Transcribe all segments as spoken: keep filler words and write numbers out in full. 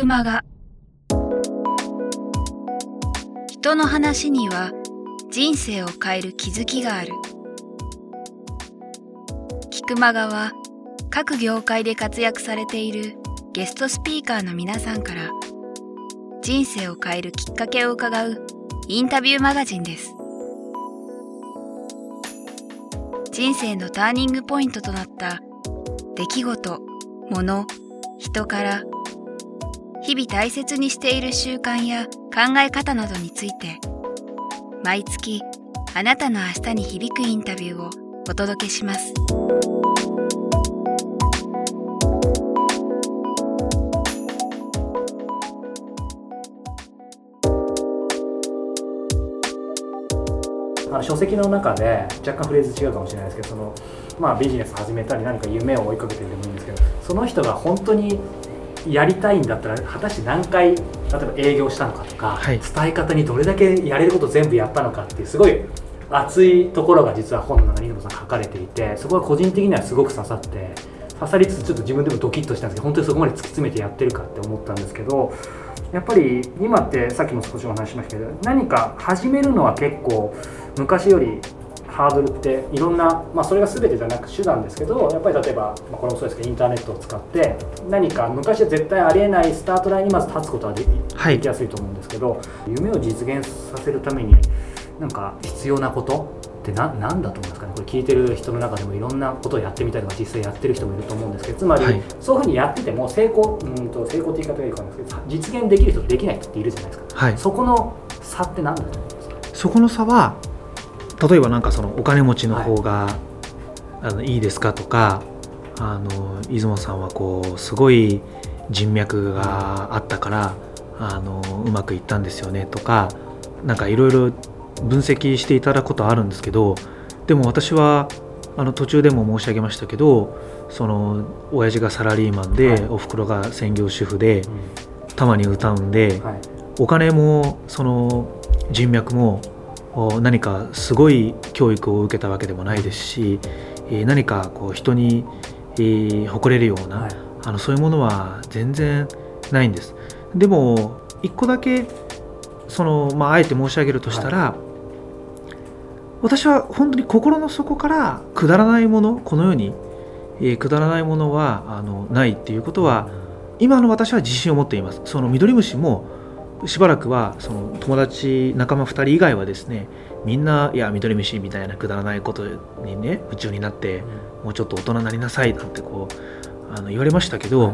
くまが。人の話には人生を変える気づきがある。キクマガは各業界で活躍されているゲストスピーカーの皆さんから人生を変えるきっかけを伺うインタビューマガジンです。人生のターニングポイントとなった出来事、物、人から日々大切にしている習慣や考え方などについて毎月あなたの明日に響くインタビューをお届けします。 あの書籍の中で若干フレーズ違うかもしれないですけど、その、まあ、ビジネス始めたり何か夢を追いかけてるでもいいんですけど、その人が本当にやりたいんだったら果たして何回例えば営業したのかとか、はい、伝え方にどれだけやれることを全部やったのかっていうすごい熱いところが実は本の中に出雲さん書かれていて、そこが個人的にはすごく刺さって刺さりつつちょっと自分でもドキッとしたんですけど、本当にそこまで突き詰めてやってるかって思ったんですけど、やっぱり今ってさっきも少しお話ししましたけど、何か始めるのは結構昔よりハードルっていろんな、まあ、それが全てじゃなく手段ですけど、やっぱり例えば、まあ、これもそうですけどインターネットを使って何か昔は絶対ありえないスタートラインにまず立つことはでき、はい、できやすいと思うんですけど、夢を実現させるためになんか必要なことってな何だと思いますかね。これ聞いてる人の中でもいろんなことをやってみたりとか実際やってる人もいると思うんですけど、つまり、はい、そういうふうにやってても成功、うんと成功って言い方がいいかもしれないですけど、実現できる人とできない人っているじゃないですか、はい、そこの差って何だと思いますか。 そこの差は例えばなんかそのお金持ちの方が、はい、あのいいですかとか、あの出雲さんはこうすごい人脈があったから、うん、あのうまくいったんですよねとか、なんかいろいろ分析していただくことはあるんですけど、でも私はあの途中でも申し上げましたけど、その親父がサラリーマンで、はい、お袋が専業主婦で、うん、たまに歌うんで、はい、お金もその人脈も何かすごい教育を受けたわけでもないですし、何かこう人に誇れるような、はい、あのそういうものは全然ないんです。でも一個だけその、まあ、あえて申し上げるとしたら、はい、私は本当に心の底からくだらないもの、この世に、えー、くだらないものはあのないっていうことは、今の私は自信を持っています。そのミドリムシもしばらくはその友達仲間ふたり以外はですね、みんないやミドリムシみたいなくだらないことにね夢中になって、うん、もうちょっと大人になりなさいなんてこうあの言われましたけど、はい、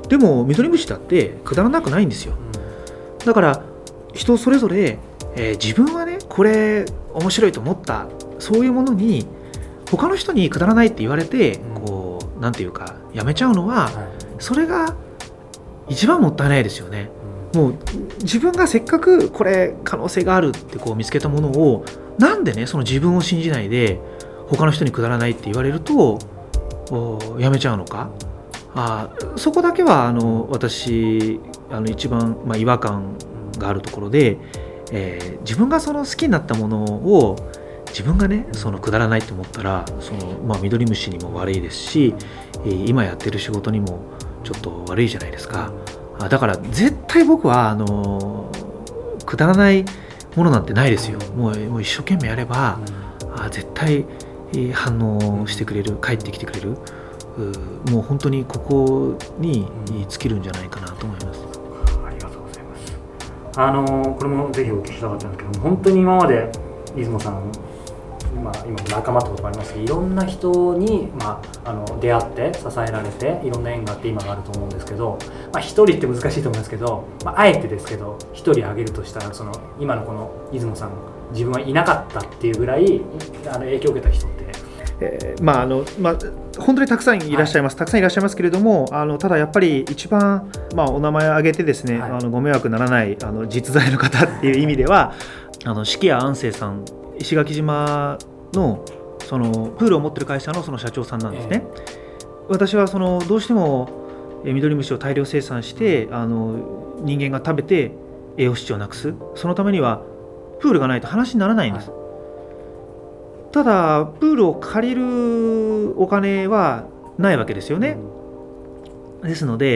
でもミドリムシだってくだらなくないんですよ、うん、だから人それぞれ、えー、自分はねこれ面白いと思ったそういうものに他の人にくだらないって言われて、うん、こうなんていうかやめちゃうのは、はい、それが一番もったいないですよね。もう自分がせっかくこれ可能性があるってこう見つけたものをなんでねその自分を信じないで他の人にくだらないって言われるとやめちゃうのか。あそこだけはあの私あの一番、まあ、違和感があるところで、えー、自分がその好きになったものを自分がねそのくだらないと思ったらその、まあ、ミドリムシにも悪いですし、えー、今やってる仕事にもちょっと悪いじゃないですか。だから絶対僕はあのくだらないものなんてないですよ。もう、もう一生懸命やれば、うん、あ絶対反応してくれる、帰ってきてくれる、もう本当にここに尽きるんじゃないかなと思います。 ありがとうございます。あのこれもぜひお聞きしたかったんですけど、本当に今まで出雲さん、まあ、今仲間ってこともありますけど、いろんな人に、まあ、あの出会って支えられていろんな縁があって今があると思うんですけど、まあ、一人って難しいと思いますけど、まあ、あえてですけど一人挙げるとしたらその今のこの出雲さん自分はいなかったっていうぐらいあの影響を受けた人って、 えーまああのまあ、本当にたくさんいらっしゃいます、はい、たくさんいらっしゃいますけれども、あのただやっぱり一番、まあ、お名前を挙げてですね、はい、あのご迷惑ならないあの実在の方っていう意味ではあの四季谷安生さん、石垣島のそのプールを持ってる会社のその社長さんなんですね、えー、私はそのどうしてもミドリムシを大量生産してあの人間が食べて栄養失調をなくす、そのためにはプールがないと話にならないんです、はい、ただプールを借りるお金はないわけですよね、うん、ですので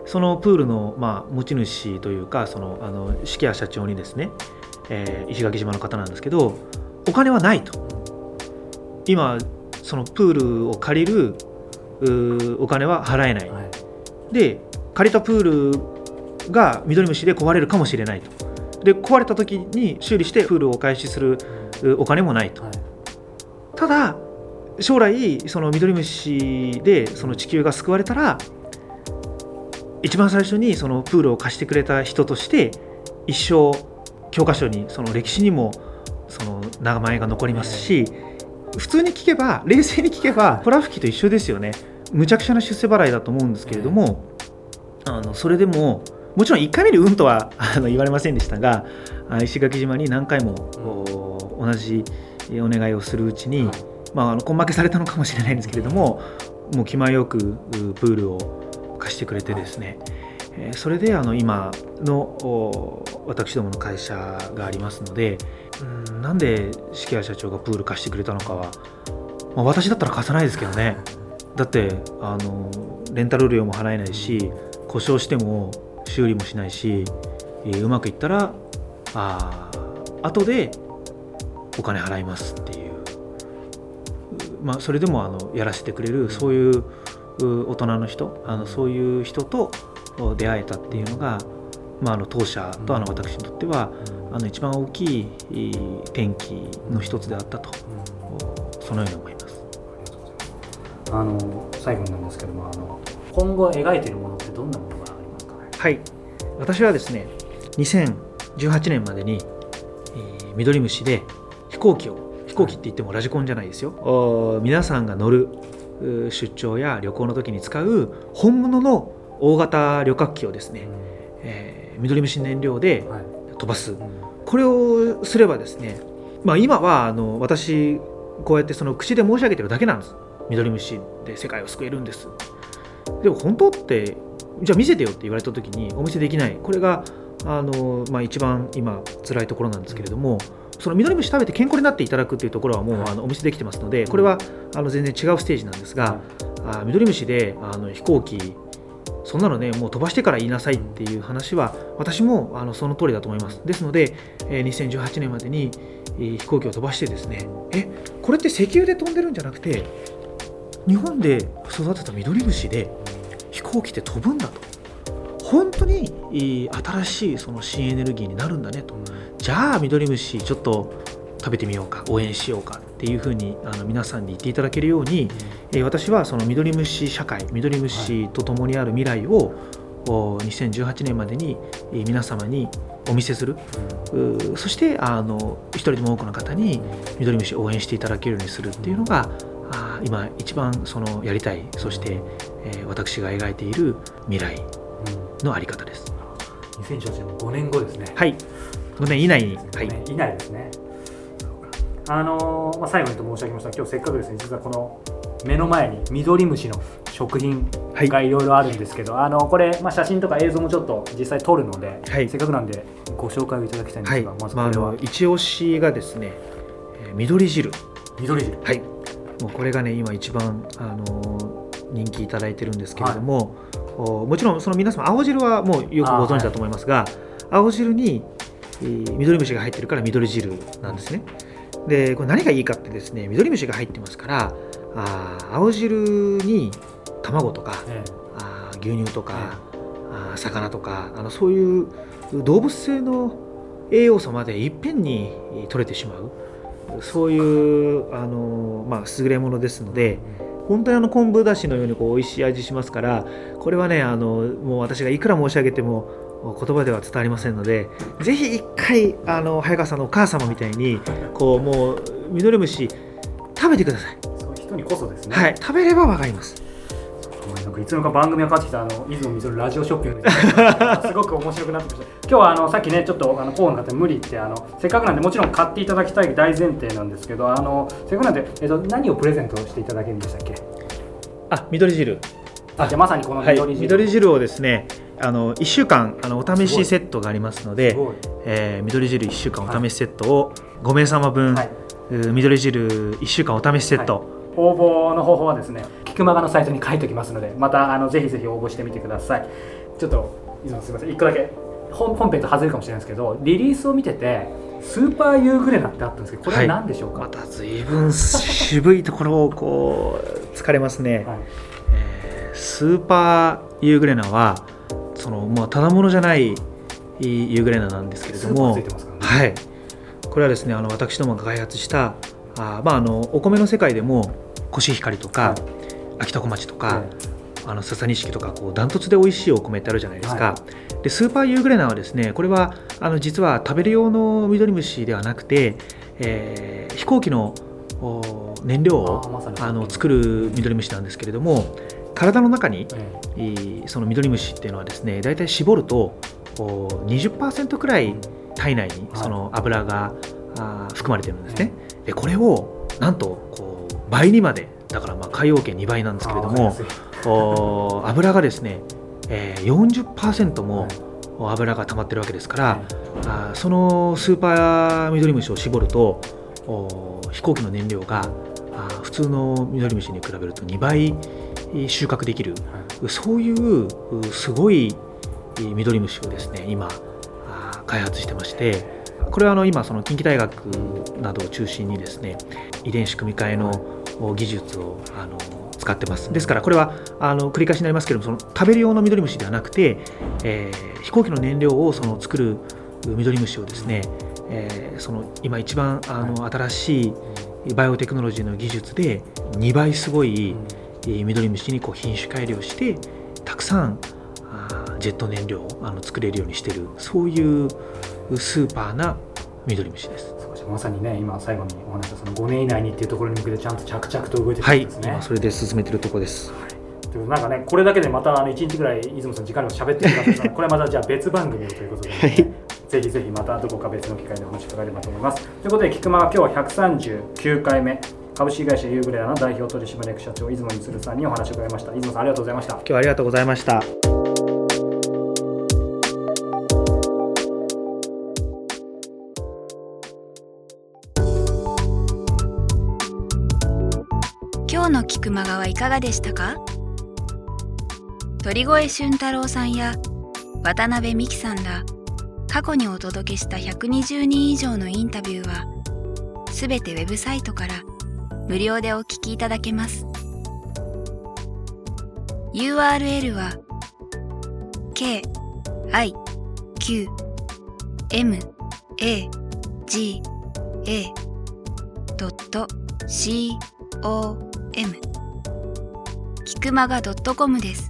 そのプールの、まあ、持ち主というかそのあの敷谷社長にですね、えー、石垣島の方なんですけど、お金はないと、今そのプールを借りるお金は払えない、はい、で借りたプールがミドリムシで壊れるかもしれないと、で壊れた時に修理してプールをお返しするお金もないと、はい、ただ将来そのミドリムシでその地球が救われたら一番最初にそのプールを貸してくれた人として一生教科書にその歴史にもその名前が残りますし、普通に聞けば冷静に聞けばトラフキと一緒ですよね。むちゃくちゃな出世払いだと思うんですけれども、あのそれでももちろんいっかいめにうんとはあの言われませんでしたが、石垣島に何回も同じお願いをするうちに、まあ、あの根負けされたのかもしれないんですけれども、もう気前よくプールを貸してくれてですね、えー、それであの今の私どもの会社がありますので、うん、なんで敷谷社長がプール貸してくれたのかは、まあ、私だったら貸さないですけどね。だってあのレンタル料も払えないし、故障しても修理もしないし、えー、うまくいったらあ後でお金払いますっていう、まあ、それでもあのやらせてくれるそういう大人の人、あのそういう人と出会えたっていうのが、まあ、あの当社とあの私にとってはあの一番大きい転機の一つであったと、そのように思います。 あの最後になんですけども、あの今後描いているものってどんなものがありますかね。 はい、私はですねにせんじゅうはちねんまでに、えー、ミドリムシで飛行機を飛行機って言ってもラジコンじゃないですよ、皆さんが乗る出張や旅行の時に使う本物の大型旅客機をですね、うん、えー、ミドリムシ燃料で飛ばす、はい、うん、これをすればですね、まあ、今はあの私こうやってその口で申し上げてるだけなんです。ミドリムシで世界を救えるんです。でも本当ってじゃあ見せてよって言われた時にお見せできない、これがあの、まあ、一番今辛いところなんですけれども、そのミドリムシ食べて健康になっていただくっていうところはもうあのお見せできてますので、これはあの全然違うステージなんですが、あミドリムシであの飛行機そんなのねもう飛ばしてから言いなさいっていう話は私もあのその通りだと思います。ですのでにせんじゅうはちねんまでに飛行機を飛ばしてですね、えこれって石油で飛んでるんじゃなくて日本で育てたミドリムシで飛行機って飛ぶんだと、本当に新しいその新エネルギーになるんだねと、じゃあミドリムシちょっと食べてみようか、応援しようかっていうふうにあの皆さんに言っていただけるように、うん、私はそのミドリムシ社会、ミドリムシと共にある未来をにせんじゅうはちねんまでに皆様にお見せする、うん、そしてあの一人でも多くの方にミドリムシを応援していただけるようにするっていうのが、あ今一番そのやりたい、そして、えー、私が描いている未来のあり方です。 にせんじゅうはちねんごねんごですね。 はい、ごねん以内に、 ごねん以内ですね。あのーまあ、最後にと申し上げました、今日せっかくですね、実はこの目の前にミドリムシの食品がいろいろあるんですけど、はい、あのこれ、まあ、写真とか映像もちょっと実際撮るので、はい、せっかくなんでご紹介をいただきたいんですが、はい、まずこれは、まあ、あの一押しがですね、緑汁。 緑汁、 はい、もうこれがね今一番、あのー、人気いただいてるんですけれども、はい、もちろんその皆様青汁はもうよくご存知だと思いますが、はい、青汁に、えー、ミドリムシが入ってるから緑汁なんですね。でこれ何がいいかってですね、ミドリムシが入ってますから、あ青汁に卵とか、ええ、あ牛乳とか、ええ、あ魚とか、あのそういう動物性の栄養素までいっぺんに取れてしまう、そういうあの、まあ、優れものですので、本当にあの昆布だしのようにこう美味しい味しますから、これはねあのもう私がいくら申し上げても言葉では伝わりませんので、ぜひ一回あの早川さんのお母様みたいにこうもうミドリムシ食べてください。 そういう人にこそですね。 はい、食べればわかります。 なんかいつの間にか番組が変わってきたあの出雲みぞるラジオショッピングですごく面白くなってきました。今日はあのさっきねちょっとあのコーンの方無理ってあのせっかくなんでもちろん買っていただきたい大前提なんですけど、あのせっかくなんで、えっと、何をプレゼントしていただけるんでしたっけ。 あ、緑汁。 あ、じゃあまさにこの緑汁、はい、 緑汁をですねあのいっしゅうかんあのお試しセットがありますので、えー、緑汁いっしゅうかんお試しセットをごめいさまぶん、はい、緑汁いっしゅうかんお試しセット、はい、 応募の方法はですねキクマガのサイトに書いておきますので、またあのぜひぜひ応募してみてください。 ちょっといつもすみませんいっこだけ 本, 本編と外れるかもしれないですけど、リリースを見ててスーパーユーグレナってあったんですけど、これは何でしょうか。 はい、また随分渋いところをこう疲れますね、はい、えー、スーパーユーグレナはその、まあ、ただものじゃないユーグレナなんですけれども、 スーパーついてますからね。 はい、これはですね、あの私どもが開発したあ、まあ、あのお米の世界でもコシヒカリとか、はい、秋田小町とか、はい、あの笹錦とかこうダントツで美味しいお米ってあるじゃないですか、はい、でスーパーユーグレナはですね、これはあの実は食べる用のミドリムシではなくて、えー、飛行機の燃料を あ,、ま、あの作るミドリムシなんですけれども、体の中に、うん、そのミドリムシっていうのはですね、だいたい絞ると にじゅっパーセント くらい体内にその油が、はい、含まれてるんですね、うん、でこれをなんとこう倍にまで、だからまあ海洋圏にばいなんですけれども、お油がですね、えー、よんじゅっパーセント も油が溜まってるわけですから、はい、あそのスーパーミドリムシを絞ると飛行機の燃料があ普通のミドリムシに比べるとにばい収穫できる、はい、そういうすごいミドリムシをですね今開発してまして、これはあの今その近畿大学などを中心にですね遺伝子組み換えの技術をあの使ってます。ですからこれはあの繰り返しになりますけれども、その食べる用のミドリムシではなくて、えー、飛行機の燃料をその作るミドリムシをですね、えー、その今一番あの新しいバイオテクノロジーの技術でにばいすごいミドリムシにこう品種改良してたくさんジェット燃料をあの作れるようにしている、そういうスーパーなミドリムシです。 まさにね、今最後にお話したそのごねん以内にっていうところに向けてちゃんと着々と動いてるんですね。 はい、今それで進めてるところです。 はい、というなんかね、これだけでまたあのいちにちぐらい出雲さん時間を喋ってくださるこれはまたじゃあ別番組ということで、ね、はい、ぜひぜひまたどこか別の機会でお話伺えればと思います。ということで、菊間は今日はひゃくさんじゅうきゅうかいめ株式会社ユーグレナの代表取締役社長出雲充さんにお話を伺いました。出雲さん、ありがとうございました。 今日はありがとうございました。 今日の菊間川いかがでしたか？鳥越俊太郎さんや渡辺美樹さんら過去にお届けしたひゃくにじゅうにん以上のインタビューはすべてウェブサイトから無料でお聞きいただけます。 ユーアールエル は ケーアイキューエムエージーエードットシーオーエム キクマガ .com です。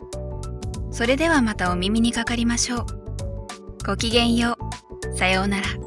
それではまたお耳にかかりましょう。ごきげんよう。さようなら。